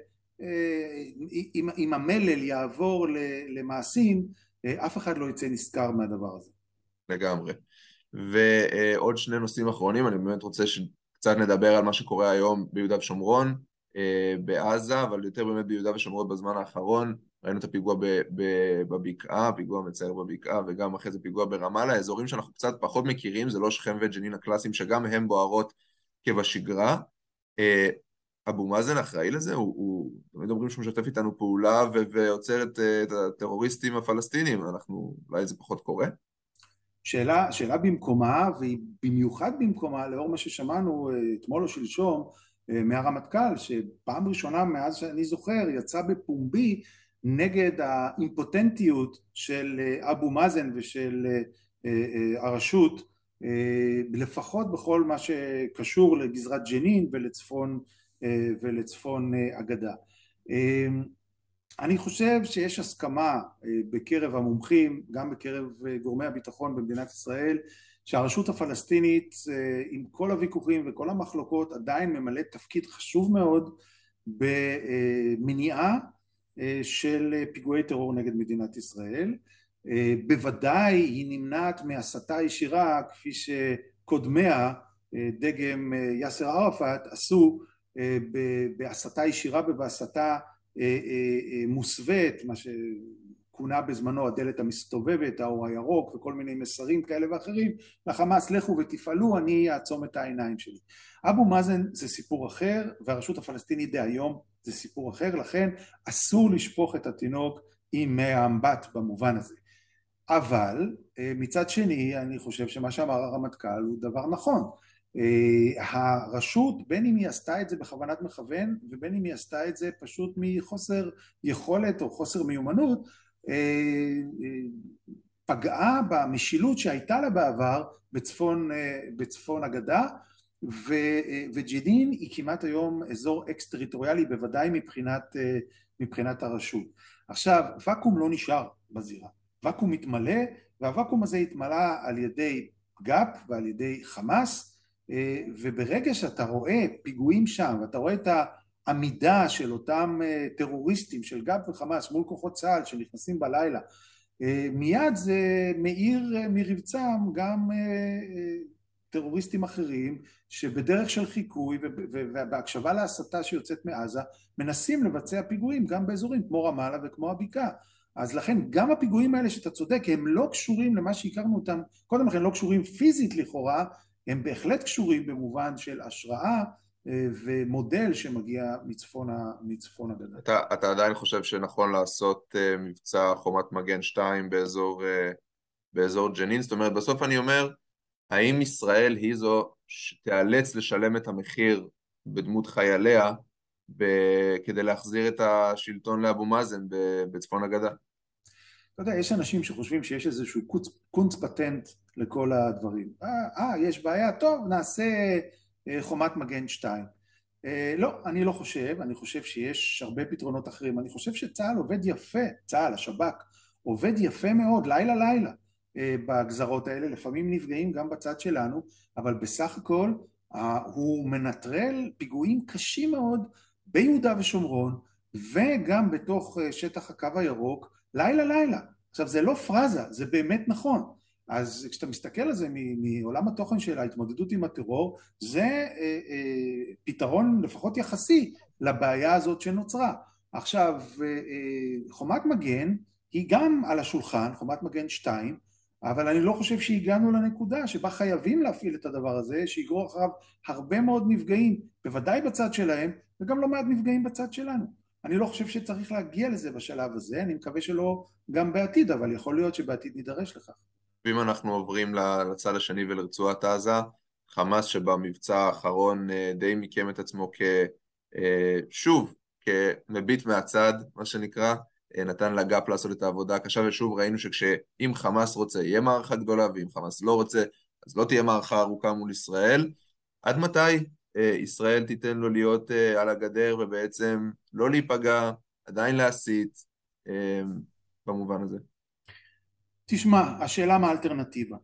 שאם המלל יעבור למעשים אף אחד לא יצא נשכר מהדבר הזה. לגמרי. ועוד שני נושאים אחרונים, אני באמת רוצה שקצת נדבר על מה שקורה היום ביהודה ושומרון, בעזה, אבל יותר באמת ביהודה ושומרון בזמן האחרון. ראינו את הפיגוע בבקעה, פיגוע מצער בבקעה, וגם אחרי זה פיגוע ברמאללה, האזורים שאנחנו קצת פחות מכירים, זה לא שכם וג'נין הקלאסיים, שגם הם בוערות כבשגרה. אבו מאזן אחראי לזה? הוא, הוא תמיד אומרים שהוא משתף איתנו פעולה ויוצר את, את הטרוריסטים הפלסטינים, אנחנו, אולי זה פחות קורה? שאלה, שאלה במקומה, והיא במיוחד במקומה, לאור מה ששמענו אתמול או שלשום, מהרמטכ"ל, שפעם ראשונה מאז שאני זוכר יצא בפומבי נגד האימפוטנטיות של אבו מאזן ושל הרשות, לפחות בכל מה שקשור לגזרת ג'נין ולצפון, ולצפון הגדה. אני חושב שיש הסכמה בקרב המומחים, גם בקרב גורמי הביטחון במדינת ישראל, שהרשות הפלסטינית עם כל הוויכוחים וכל המחלוקות עדיין ממלאת תפקיד חשוב מאוד במניעה של פיגועי טרור נגד מדינת ישראל. בוודאי היא נמנעת מהסתה ישירה כפי שקודמיה דגם יאסר ערפאת עשו בהסתה ישירה ובהסתה מוסווית, מה שכונה בזמנו הדלת המסתובבת, האור הירוק וכל מיני מסרים כאלה ואחרים לחמאס, לכו ותפעלו, אני אעצום את העיניים שלי. אבו מאזן זה סיפור אחר והרשות הפלסטינית דהיום זה סיפור אחר, לכן אסור לשפוך את התינוק עם מי האמבט במובן הזה. אבל מצד שני אני חושב שמה שאמר הרמטכ"ל הוא דבר נכון. הרשות, בין אם היא עשתה את זה בכוונת מכוון ובין אם היא עשתה את זה פשוט מחוסר יכולת או חוסר מיומנות, פגעה במשילות שהייתה לה בעבר בצפון, בצפון הגדה, וג'נין היא כמעט היום אזור אקס-טריטוריאלי, בוודאי מבחינת, מבחינת הרשות. עכשיו, ואקום לא נשאר בזירה, ואקום מתמלא, והוואקום הזה התמלא על ידי גאפ ועל ידי חמאס, וברגע שאתה רואה פיגועים שם, ואתה רואה את העמידה של אותם טרוריסטים של גאפ וחמאס מול כוחות צה"ל שנכנסים בלילה, מיד זה מאיר מרבצם גם טרוריסטים אחרים שבדרך של חיקוי ובהקשבה להסתה שיוצאת מעזה מנסים לבצע פיגועים גם באזורים כמו רמאללה וכמו הבקעה. אז לכן גם הפיגועים האלה שאתה צודק הם לא קשורים למה שהכרנו אותם קודם לכן, לא קשורים פיזית לכאורה, הם בהחלט קשורים במובן של השראה ומודל שמגיע מצפון, מצפון הגדה. אתה, אתה עדיין חושב שנכון לעשות מבצע חומת מגן שתיים באזור, באזור ג'נין? זאת אומרת, בסוף אני אומר, האם ישראל היא זו שתיאלץ לשלם את המחיר בדמות חייליה ב- כדי להחזיר את השלטון לאבו מאזן בצפון הגדה? אתה יודע, יש אנשים שחושבים שיש איזשהו קונץ, קונץ פטנט לכל הדברים. אה, אה, יש בעיה, טוב, נעשה חומת מגן שתיים. אה, לא, אני לא חושב, אני חושב שיש הרבה פתרונות אחרים. אני חושב שצה"ל עובד יפה, צה"ל, השב"כ, עובד יפה מאוד, לילה לילה, אה, בגזרות האלה, לפעמים נפגעים גם בצד שלנו, אבל בסך הכל אה, הוא מנטרל פיגועים קשים מאוד ביהודה ושומרון, וגם בתוך אה, שטח הקו הירוק, לילה לילה. עכשיו זה לא פרזה, זה באמת נכון. אז כשאתה מסתכל על זה מעולם התוכן של ההתמודדות עם הטרור, זה אה, אה, פתרון לפחות יחסי לבעיה הזאת שנוצרה. עכשיו אה, חומת מגן היא גם על השולחן, חומת מגן שתיים, אבל אני לא חושב שהגענו לנקודה שבה חייבים להפעיל את הדבר הזה, שיגרור אחריו הרבה מאוד נפגעים, בוודאי בצד שלהם, וגם לא מעט נפגעים בצד שלנו. אני לא חושב שצריך להגיע לזה בשלב הזה, אני מקווה שלא גם בעתיד, אבל יכול להיות שבעתיד נידרש לכך. ואם אנחנו עוברים לצד השני ולרצועת עזה, חמאס שבמבצע האחרון די מיקם את עצמו כשוב, כמביט מהצד, מה שנקרא, נתן לגאפ לעשות את העבודה הקשה, ושוב ראינו שכשאם חמאס רוצה יהיה מערכה גדולה, ואם חמאס לא רוצה, אז לא תהיה מערכה ארוכה מול ישראל. עד מתי ישראל תיתן לו להיות על הגדר ובעצם לא להיפגע, עדיין להסית במובן הזה? תשמע, השאלה מה האלטרנטיבה,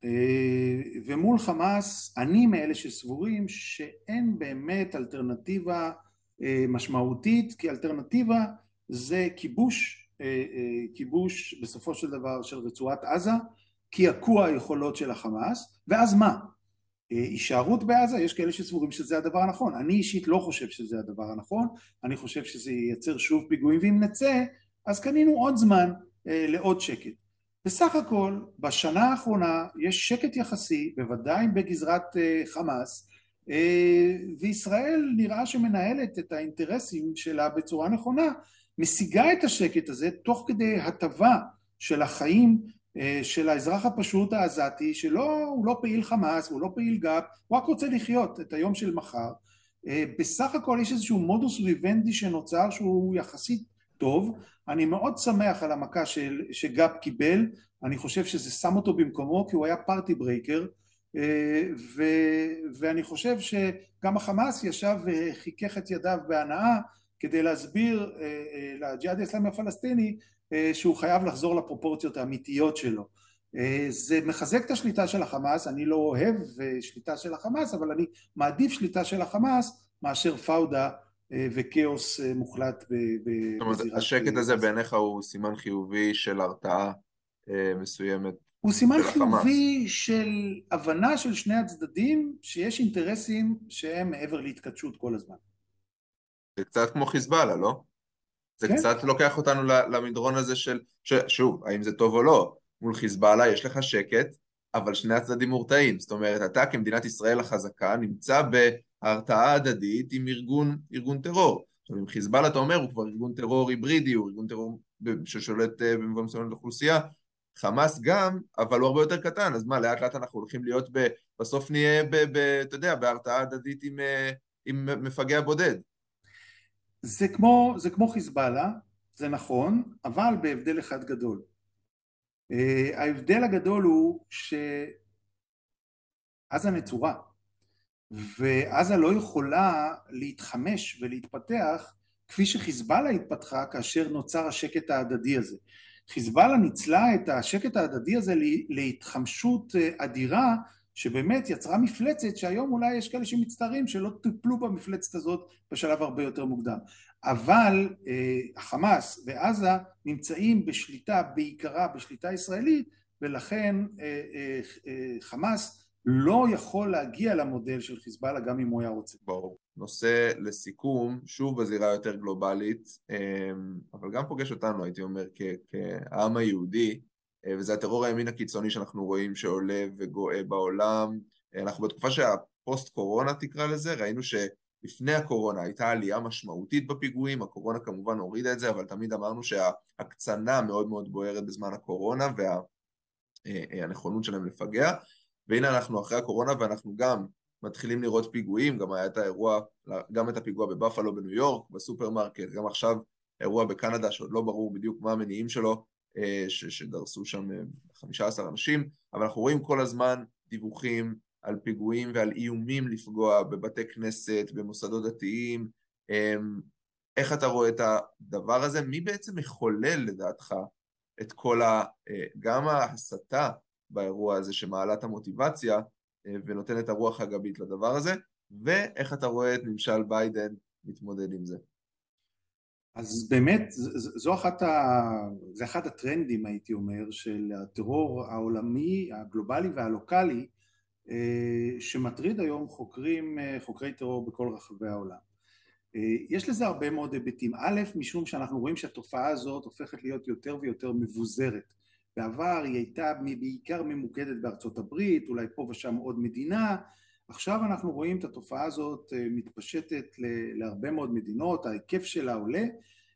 ומול חמאס אני מאלה שסבורים שאין באמת אלטרנטיבה משמעותית, כי אלטרנטיבה זה כיבוש, כיבוש בסופו של דבר של רצועת עזה, כי יקוע היכולות של החמאס, ואז מה? הישארות בעזה, יש כאלה שסבורים שזה הדבר הנכון, אני אישית לא חושב שזה הדבר הנכון, אני חושב שזה ייצר שוב פיגועים, ואם נצא אז קנינו עוד זמן לעוד שקט. בסך הכל בשנה האחרונה יש שקט יחסי, בוודאי בגזרת חמאס, וישראל נראה שמנהלת את האינטרסים שלה בצורה נכונה, משיגה את השקט הזה תוך כדי הטבה של החיים של האזרח הפשוט העזתי, שלא, הוא לא פעיל חמאס, הוא לא פעיל גאפ, הוא רק רוצה לחיות את היום של מחר. בסך הכל יש איזשהו מודוס ויבנדי שנוצר שהוא יחסית טוב, אני מאוד שמח על המכה של, שגאפ קיבל, אני חושב שזה שם אותו במקומו כי הוא היה פארטי ברייקר, ו, ואני חושב שגם החמאס ישב וחיכך את ידיו בהנאה כדי להסביר לג'יהאד האסלאמי הפלסטיני שהוא חייב לחזור לפרופורציות האמיתיות שלו. זה מחזק את השליטה של החמאס, אני לא אוהב שליטה של החמאס, אבל אני מעדיף שליטה של החמאס מאשר פאודה וכאוס מוחלט בזירת. זאת אומרת, השקט הזה בעיניך הוא סימן חיובי של הרתעה מסוימת? הוא סימן חיובי של הבנה של שני הצדדים שיש אינטרסים שהם מעבר להתקדשות כל הזמן. זה קצת כמו חיזבאללה, לא? זה כן? קצת לוקח אותנו למדרון הזה של, ש... שוב, האם זה טוב או לא? מול חיזבאללה יש לך שקט, אבל שני הצדדים מורתעים. זאת אומרת, אתה כמדינת ישראל החזקה נמצא בהרתעה הדדית עם ארגון, ארגון טרור. עכשיו, עם חיזבאללה אתה אומר, הוא כבר ארגון טרור היברידי, הוא ארגון טרור ששולט במובן מסוים לאוכלוסייה. חמאס גם, אבל הוא הרבה יותר קטן. אז מה, לאט לאט אנחנו הולכים להיות, ב... בסוף נהיה, ב... ב... אתה יודע, בהרתעה הדדית עם, עם מפגע בודד. זה כמו, זה כמו חיזבאללה, זה נכון, אבל בהבדל אחד גדול. Uh, ההבדל הגדול הוא שעזה נצורה, ועזה לא יכולה להתחמש ולהתפתח כפי שחיזבאללה התפתחה כאשר נוצר השקט ההדדי הזה. חיזבאללה ניצלה את השקט ההדדי הזה להתחמשות אדירה, שבאמת יצרה מפלצת שהיום אולי יש כאלה שמצטערים שלא טופלו במפלצת הזאת בשלב הרבה יותר מוקדם. אבל אה, החמאס ועזה נמצאים בשליטה, בעיקרה בשליטה ישראלית, ולכן אה, אה, אה, חמאס לא יכול להגיע למודל של חיזבאללה גם אם הוא היה רוצה. ברור. נושא לסיכום, שוב בזירה יותר גלובלית, אה, אבל גם פוגש אותנו, הייתי אומר, כ- כעם היהודי, וזה הטרור הימין הקיצוני שאנחנו רואים שעולה וגואה בעולם. אנחנו בתקופה שהפוסט קורונה תקרא לזה, ראינו שלפני הקורונה הייתה עלייה משמעותית בפיגועים, הקורונה כמובן הורידה את זה, אבל תמיד אמרנו שההקצנה מאוד מאוד בוערת בזמן הקורונה, והנכונות שלהם לפגע, והנה אנחנו אחרי הקורונה ואנחנו גם מתחילים לראות פיגועים, גם היה את האירוע, גם את הפיגוע בבאפלו בניו יורק, בסופרמרקט, גם עכשיו אירוע בקנדה שעוד לא ברור בדיוק מה המניעים שלו, שדרסו שם חמישה עשר אנשים, אבל אנחנו רואים כל הזמן דיווחים על פיגועים ועל איומים לפגוע בבתי כנסת, במוסדות דתיים. איך אתה רואה את הדבר הזה? מי בעצם מחולל לדעתך את כל ה... גם ההסתה באירוע הזה שמעלה את המוטיבציה ונותן את הרוח הגבית לדבר הזה, ואיך אתה רואה את ממשל ביידן מתמודד עם זה? אז באמת זו אחת ה... זה אחד הטרנדים הייתי אומר של הטרור העולמי, הגלובלי והלוקלי, שמטריד היום חוקרים, חוקרי טרור בכל רחבי העולם. יש לזה הרבה מאוד היבטים. א', משום שאנחנו רואים שהתופעה הזאת הופכת להיות יותר ויותר מבוזרת. בעבר היא הייתה בעיקר ממוקדת בארצות הברית, אולי פה ושם עוד מדינה, עכשיו אנחנו רואים את התופעה הזאת מתפשטת להרבה מאוד מדינות, ההיקף שלה עולה,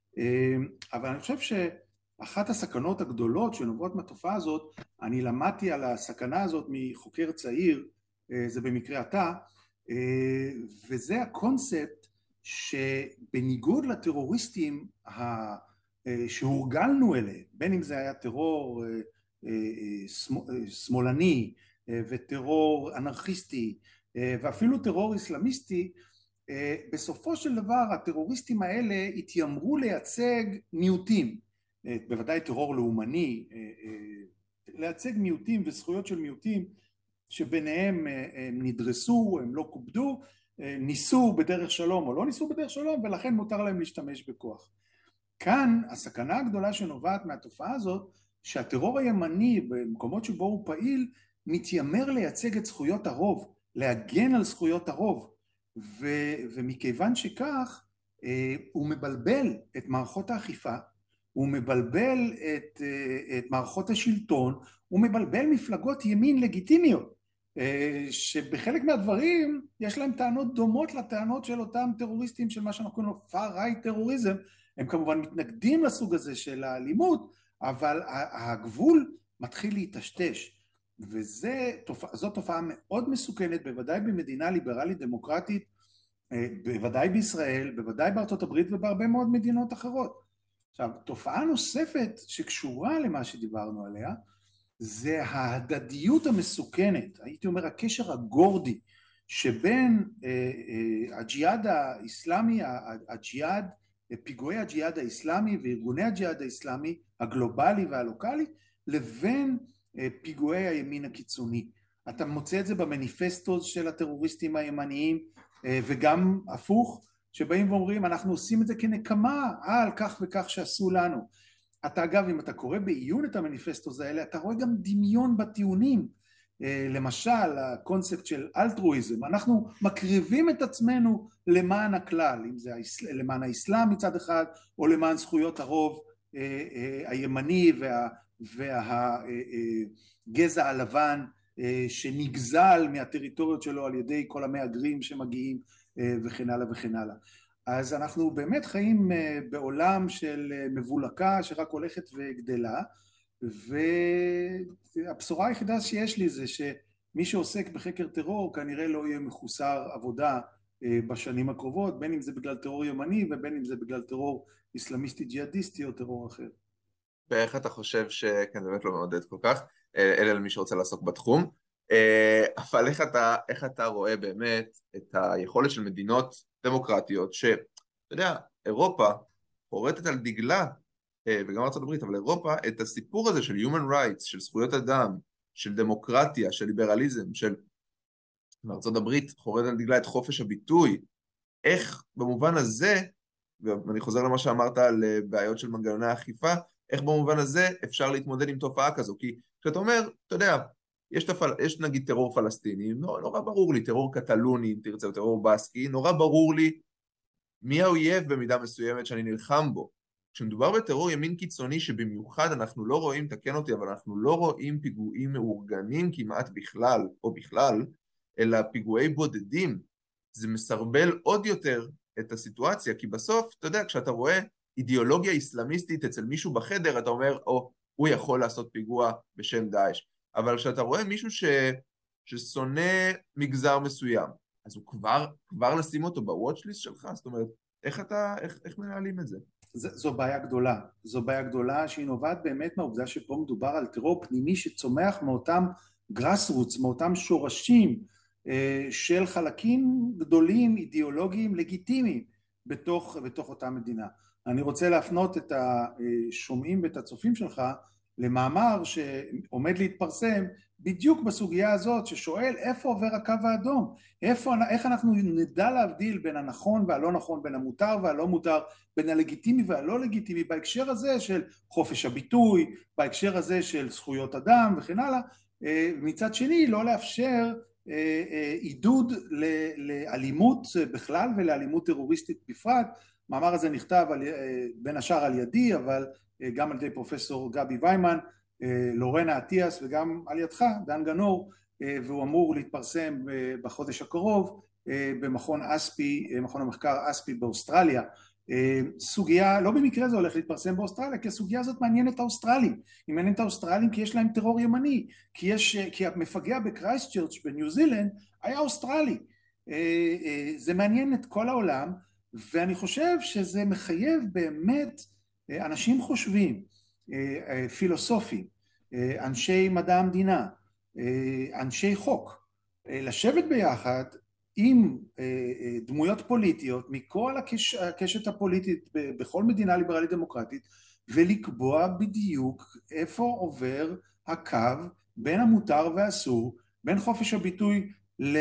אבל אני חושב שאחת הסכנות הגדולות שנובעות מהתופעה הזאת, אני למדתי על הסכנה הזאת מחוקר צעיר, זה במקרה אתה, וזה הקונספט שבניגוד לטרוריסטים שהורגלנו אליהם, בין אם זה היה טרור שמאלני וטרור אנרכיסטי, ואפילו טרור אסלאמיסטי, בסופו של דבר הטרוריסטים האלה התיימרו לייצג מיעוטים, בוודאי טרור לאומני לייצג מיעוטים וזכויות של מיעוטים שביניהם הם נדרסו, הם לא כובדו, ניסו בדרך שלום או לא ניסו בדרך שלום, ולכן מותר להם להשתמש בכוח. כאן הסכנה הגדולה שנובעת מהתופעה הזאת, שהטרור הימני במקומות שבו הוא פעיל, מתיימר לייצג את זכויות הרוב, להגן על זכויות הרוב, ו- ומכיוון שכך, הוא מבלבל את מערכות האכיפה, הוא מבלבל את, את מערכות השלטון, הוא מבלבל מפלגות ימין לגיטימיות, שבחלק מהדברים יש להם טענות דומות לטענות של אותם טרוריסטים של מה שאנחנו קוראים לו far right טרוריזם. הם כמובן מתנגדים לסוג הזה של האלימות, אבל הגבול מתחיל להתשתש, וזו תופעה מאוד מסוכנת, בוודאי במדינה ליברלית דמוקרטית, בוודאי בישראל, בוודאי בארצות הברית ובהרבה מאוד מדינות אחרות. עכשיו, תופעה נוספת שקשורה למה שדיברנו עליה, זה ההדדיות המסוכנת, הייתי אומר הקשר הגורדי, שבין אה, אה, הג'יהאד האסלאמי, הג'יהאד, פיגועי הג'יהאד האסלאמי וארגוני הג'יהאד האסלאמי, הגלובלי והלוקלי, לבין אה, פיגועי הימין הקיצוני. אתה מוצא את זה במניפסטות של הטרוריסטים הימניים, אה, וגם הפוך, שבאים ואומרים אנחנו עושים את זה כנקמה על כך וכך שעשו לנו. אתה אגב, אם אתה קורא בעיון את המניפסטות האלה, אתה רואה גם דמיון בטיעונים, למשל הקונספט של אלטרואיזם, אנחנו מקריבים את עצמנו למען הכלל, אם זה למען האסלאם מצד אחד, או למען זכויות הרוב הימני והגזע הלבן שנגזל מהטריטוריות שלו על ידי כל המהגרים שמגיעים וכן הלאה וכן הלאה. אז אנחנו באמת חיים בעולם של מבולקה שרק הולכת וגדלה, והבשורה היחידה שיש לי זה שמי שעוסק בחקר טרור כנראה לא יהיה מחוסר עבודה בשנים הקרובות, בין אם זה בגלל טרור ימני ובין אם זה בגלל טרור איסלאמיסטי ג'יהאדיסטי או טרור אחר. ואיך אתה חושב שכן, זה באמת לא מעודד כל כך, אלא למי שרוצה לעסוק בתחום, אבל איך אתה, איך אתה רואה באמת את היכולת של מדינות דמוקרטיות, שאתה יודע, אירופה חורטת על דגלה, וגם ארצות הברית, אבל אירופה, את הסיפור הזה של human rights, של זכויות אדם, של דמוקרטיה, של ליברליזם, של ארצות הברית חורטת על דגלה את חופש הביטוי, איך במובן הזה, ואני חוזר למה שאמרת על בעיות של מנגנוני האכיפה, איך במובן הזה אפשר להתמודד עם תופעה כזו, כי כשאתה אומר, אתה יודע, יש, תפל, יש נגיד טרור פלסטיני, נורא, נורא ברור לי, טרור קטלוני, אם תרצה, טרור בסקי, נורא ברור לי מי האויב במידה מסוימת שאני נלחם בו. כשמדובר בטרור ימין קיצוני שבמיוחד אנחנו לא רואים, תקן אותי, אבל אנחנו לא רואים פיגועים מאורגנים כמעט בכלל, או בכלל, אלא פיגועי בודדים, זה מסרבל עוד יותר את הסיטואציה, כי בסוף, אתה יודע, כשאתה רואה אידיאולוגיה איסלאמיסטית אצל מישהו בחדר, אתה אומר, או, הוא יכול לעשות פיגוע בשם דאעש. אבל כשאתה רואה מישהו ש... ששונא מגזר מסוים, אז הוא כבר, כבר לשים אותו בוואטשליסט שלך, זאת אומרת, איך אתה, איך, איך מנהלים את זה? זו בעיה גדולה, זו בעיה גדולה שהיא נובעת באמת מהעובדה שפה מדובר על טרור פנימי שצומח מאותם גרסרוץ, מאותם שורשים של חלקים גדולים, אידיאולוגיים, לגיטימיים בתוך, בתוך אותה מדינה. אני רוצה להפנות את השומעים ואת הצופים שלך למאמר שעומד להתפרסם בדיוק בסוגיה הזאת, ששואל איפה עובר הקו האדום, איפה, איך אנחנו נדע להבדיל בין הנכון והלא נכון, בין המותר והלא מותר, בין הלגיטימי והלא לגיטימי, בהקשר הזה של חופש הביטוי, בהקשר הזה של זכויות אדם וכן הלאה, מצד שני לא לאפשר עידוד לאלימות בכלל ולאלימות טרוריסטית בפרט. המאמר הזה נכתב על, בין השאר על ידי, אבל גם על ידי פרופסור גבי ויימן, לורנה אטיאס וגם על ידך, דן גנור, והוא אמור להתפרסם בחודש הקרוב במכון אספי, מכון המחקר אספי באוסטרליה. סוגיה, לא במקרה זה הולך להתפרסם באוסטרליה, כי הסוגיה הזאת מעניינת את האוסטרלים, היא מעניינת את האוסטרלים כי יש להם טרור ימני, כי, יש, כי המפגע בקרייסטצ'רץ' בניו זילנד היה אוסטרלי. זה מעניין את כל העולם, ואני חושב שזה מחייב באמת אנשים חושבים, פילוסופים, אנשי מדע המדינה, אנשי חוק, לשבת ביחד עם דמויות פוליטיות מכל הקש, הקשת הפוליטית בכל מדינה ליברלית דמוקרטית, ולקבוע בדיוק איפה עובר הקו בין המותר והאסור, בין חופש הביטוי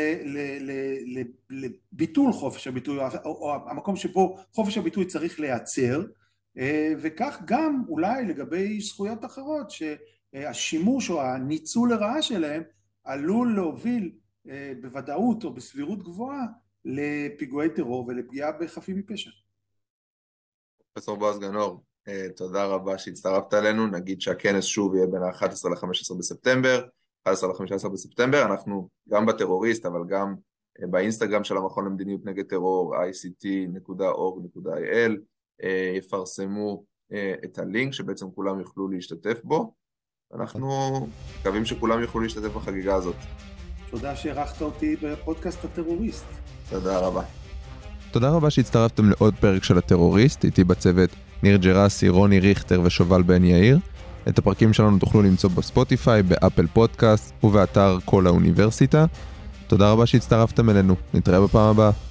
לביטול חופש הביטוי, או המקום שבו חופש הביטוי צריך להיעצר, וכך גם אולי לגבי זכויות אחרות שהשימוש או הניצול לרעה שלהם עלול להוביל בוודאות או בסבירות גבוהה לפיגועי טרור ולפגיעה בחפים מפשע. פרופסור בועז גנור, תודה רבה שהצטרפת אלינו. נגיד שהכנס שוב יהיה בין ה-אחד עשר ל-חמישה עשר בספטמבר, אחד עשר ל-חמישה עשר בספטמבר. אנחנו גם בטרוריסט, אבל גם באינסטגרם של המכון למדיניות נגד טרור, איי סי טי נקודה אורג נקודה איי אל, יפרסמו את הלינק שבעצם כולם יוכלו להשתתף בו. אנחנו מקווים שכולם יוכלו להשתתף בחגיגה הזאת. תודה שערכת אותי בפודקאסט הטרוריסט. תודה רבה. תודה רבה שהצטרפתם לעוד פרק של הטרוריסט. איתי בצוות ניר ג'רסי, רוני ריכטר ושובל בן יאיר. את הפרקים שלנו תוכלו למצוא בספוטיפיי, באפל פודקאסט ובאתר כל האוניברסיטה. תודה רבה שהצטרפתם אלינו. נתראה בפעם הבאה.